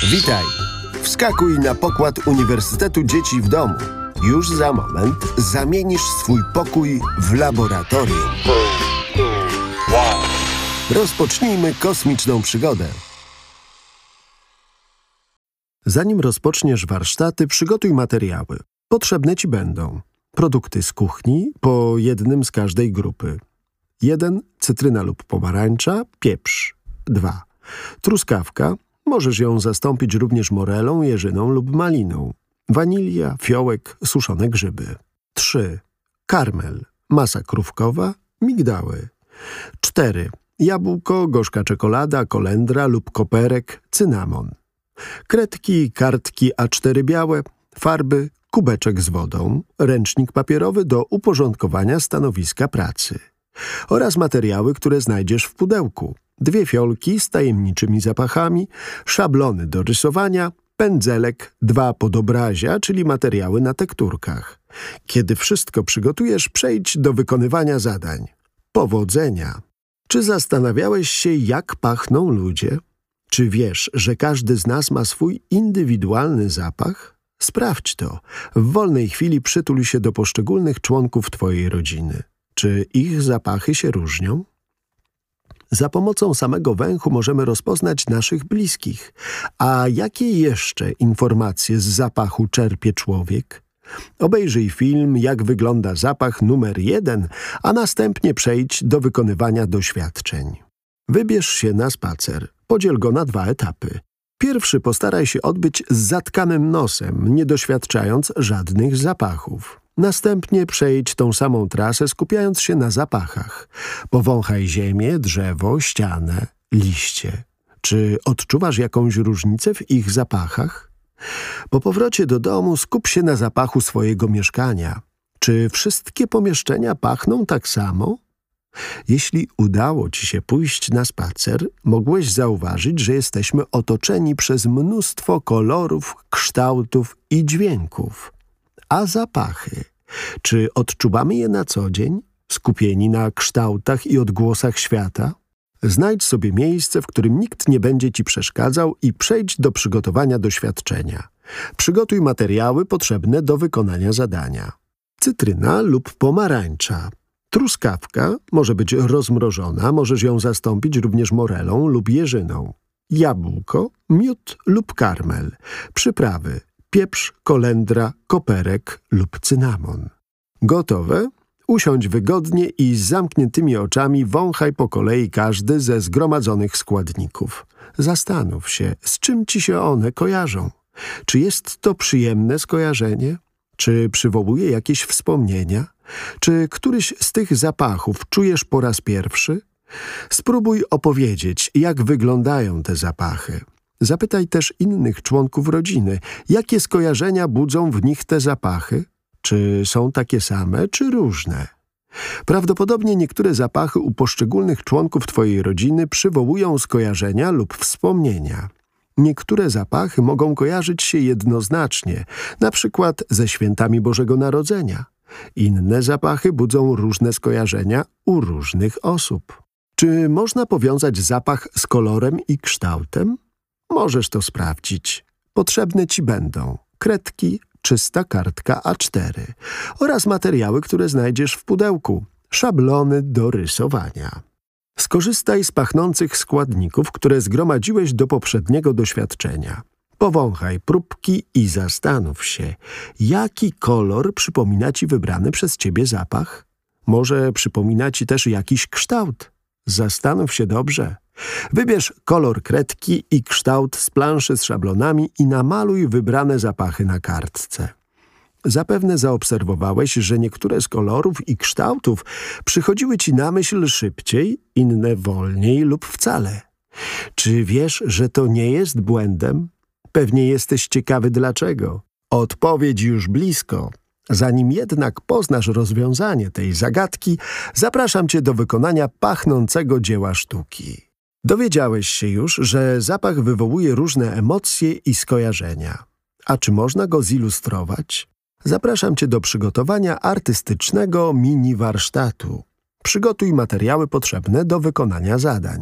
Witaj! Wskakuj na pokład Uniwersytetu Dzieci w Domu. Już za moment zamienisz swój pokój w laboratorium. Rozpocznijmy kosmiczną przygodę. Zanim rozpoczniesz warsztaty, przygotuj materiały. Potrzebne Ci będą produkty z kuchni, po jednym z każdej grupy. 1. Cytryna lub pomarańcza, pieprz. 2. Truskawka, możesz ją zastąpić również morelą, jeżyną lub maliną. Wanilia, fiołek, suszone grzyby. 3. Karmel, masa krówkowa, migdały. 4. Jabłko, gorzka czekolada, kolendra lub koperek, cynamon. Kredki, kartki A4 białe, farby, kubeczek z wodą, ręcznik papierowy do uporządkowania stanowiska pracy. Oraz materiały, które znajdziesz w pudełku. 2 fiolki z tajemniczymi zapachami, szablony do rysowania, pędzelek, 2 podobrazia, czyli materiały na tekturkach. Kiedy wszystko przygotujesz, przejdź do wykonywania zadań. Powodzenia! Czy zastanawiałeś się, jak pachną ludzie? Czy wiesz, że każdy z nas ma swój indywidualny zapach? Sprawdź to. W wolnej chwili przytul się do poszczególnych członków Twojej rodziny. Czy ich zapachy się różnią? Za pomocą samego węchu możemy rozpoznać naszych bliskich. A jakie jeszcze informacje z zapachu czerpie człowiek? Obejrzyj film Jak wygląda zapach numer 1, a następnie przejdź do wykonywania doświadczeń. Wybierz się na spacer. Podziel go na 2 etapy. Pierwszy postaraj się odbyć z zatkanym nosem, nie doświadczając żadnych zapachów. Następnie przejdź tą samą trasę, skupiając się na zapachach. Powąchaj ziemię, drzewo, ścianę, liście. Czy odczuwasz jakąś różnicę w ich zapachach? Po powrocie do domu skup się na zapachu swojego mieszkania. Czy wszystkie pomieszczenia pachną tak samo? Jeśli udało Ci się pójść na spacer, mogłeś zauważyć, że jesteśmy otoczeni przez mnóstwo kolorów, kształtów i dźwięków. A zapachy? Czy odczuwamy je na co dzień, skupieni na kształtach i odgłosach świata? Znajdź sobie miejsce, w którym nikt nie będzie Ci przeszkadzał i przejdź do przygotowania doświadczenia. Przygotuj materiały potrzebne do wykonania zadania. Cytryna lub pomarańcza. Truskawka może być rozmrożona, możesz ją zastąpić również morelą lub jeżyną. Jabłko, miód lub karmel. Przyprawy. Pieprz, kolendra, koperek lub cynamon. Gotowe? Usiądź wygodnie i z zamkniętymi oczami wąchaj po kolei każdy ze zgromadzonych składników. Zastanów się, z czym Ci się one kojarzą. Czy jest to przyjemne skojarzenie? Czy przywołuje jakieś wspomnienia? Czy któryś z tych zapachów czujesz po raz pierwszy? Spróbuj opowiedzieć, jak wyglądają te zapachy. Zapytaj też innych członków rodziny, jakie skojarzenia budzą w nich te zapachy? Czy są takie same, czy różne? Prawdopodobnie niektóre zapachy u poszczególnych członków Twojej rodziny przywołują skojarzenia lub wspomnienia. Niektóre zapachy mogą kojarzyć się jednoznacznie, na przykład ze świętami Bożego Narodzenia. Inne zapachy budzą różne skojarzenia u różnych osób. Czy można powiązać zapach z kolorem i kształtem? Możesz to sprawdzić. Potrzebne Ci będą kredki, czysta kartka A4 oraz materiały, które znajdziesz w pudełku, szablony do rysowania. Skorzystaj z pachnących składników, które zgromadziłeś do poprzedniego doświadczenia. Powąchaj próbki i zastanów się, jaki kolor przypomina Ci wybrany przez Ciebie zapach? Może przypomina Ci też jakiś kształt? Zastanów się dobrze. Wybierz kolor kredki i kształt z planszy z szablonami i namaluj wybrane zapachy na kartce. Zapewne zaobserwowałeś, że niektóre z kolorów i kształtów przychodziły Ci na myśl szybciej, inne wolniej lub wcale. Czy wiesz, że to nie jest błędem? Pewnie jesteś ciekawy dlaczego. Odpowiedź już blisko. Zanim jednak poznasz rozwiązanie tej zagadki, zapraszam Cię do wykonania pachnącego dzieła sztuki. Dowiedziałeś się już, że zapach wywołuje różne emocje i skojarzenia. A czy można go zilustrować? Zapraszam Cię do przygotowania artystycznego mini warsztatu. Przygotuj materiały potrzebne do wykonania zadań.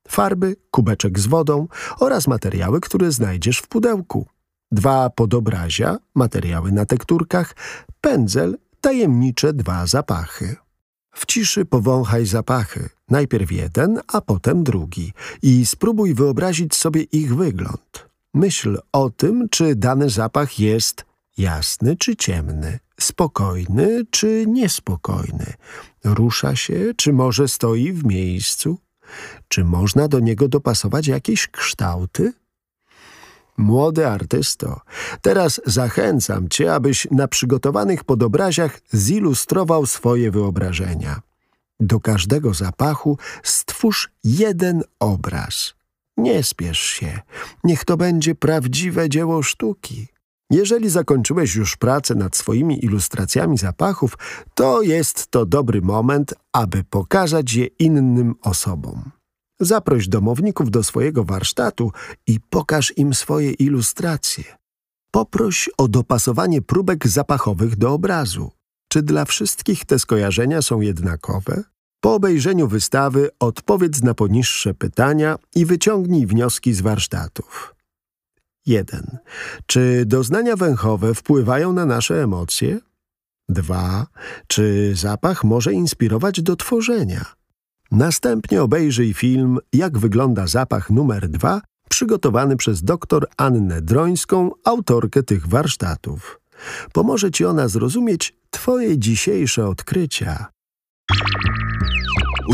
farby, kubeczek z wodą oraz materiały, które znajdziesz w pudełku. 2 podobrazia, materiały na tekturkach, pędzel, tajemnicze 2 zapachy. W ciszy powąchaj zapachy, najpierw jeden, a potem drugi i spróbuj wyobrazić sobie ich wygląd. Myśl o tym, czy dany zapach jest jasny czy ciemny, spokojny czy niespokojny, rusza się czy może stoi w miejscu, czy można do niego dopasować jakieś kształty? Młody artysto, teraz zachęcam cię, abyś na przygotowanych podobraziach zilustrował swoje wyobrażenia. Do każdego zapachu stwórz jeden obraz. Nie spiesz się, niech to będzie prawdziwe dzieło sztuki. Jeżeli zakończyłeś już pracę nad swoimi ilustracjami zapachów, to jest to dobry moment, aby pokazać je innym osobom. Zaproś domowników do swojego warsztatu i pokaż im swoje ilustracje. Poproś o dopasowanie próbek zapachowych do obrazu. Czy dla wszystkich te skojarzenia są jednakowe? Po obejrzeniu wystawy odpowiedz na poniższe pytania i wyciągnij wnioski z warsztatów. 1. Czy doznania węchowe wpływają na nasze emocje? 2. Czy zapach może inspirować do tworzenia? Następnie obejrzyj film Jak wygląda zapach numer 2, przygotowany przez dr Annę Drońską, autorkę tych warsztatów. Pomoże ci ona zrozumieć twoje dzisiejsze odkrycia.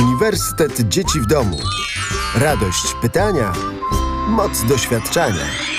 Uniwersytet Dzieci w Domu. Radość pytania, moc doświadczania.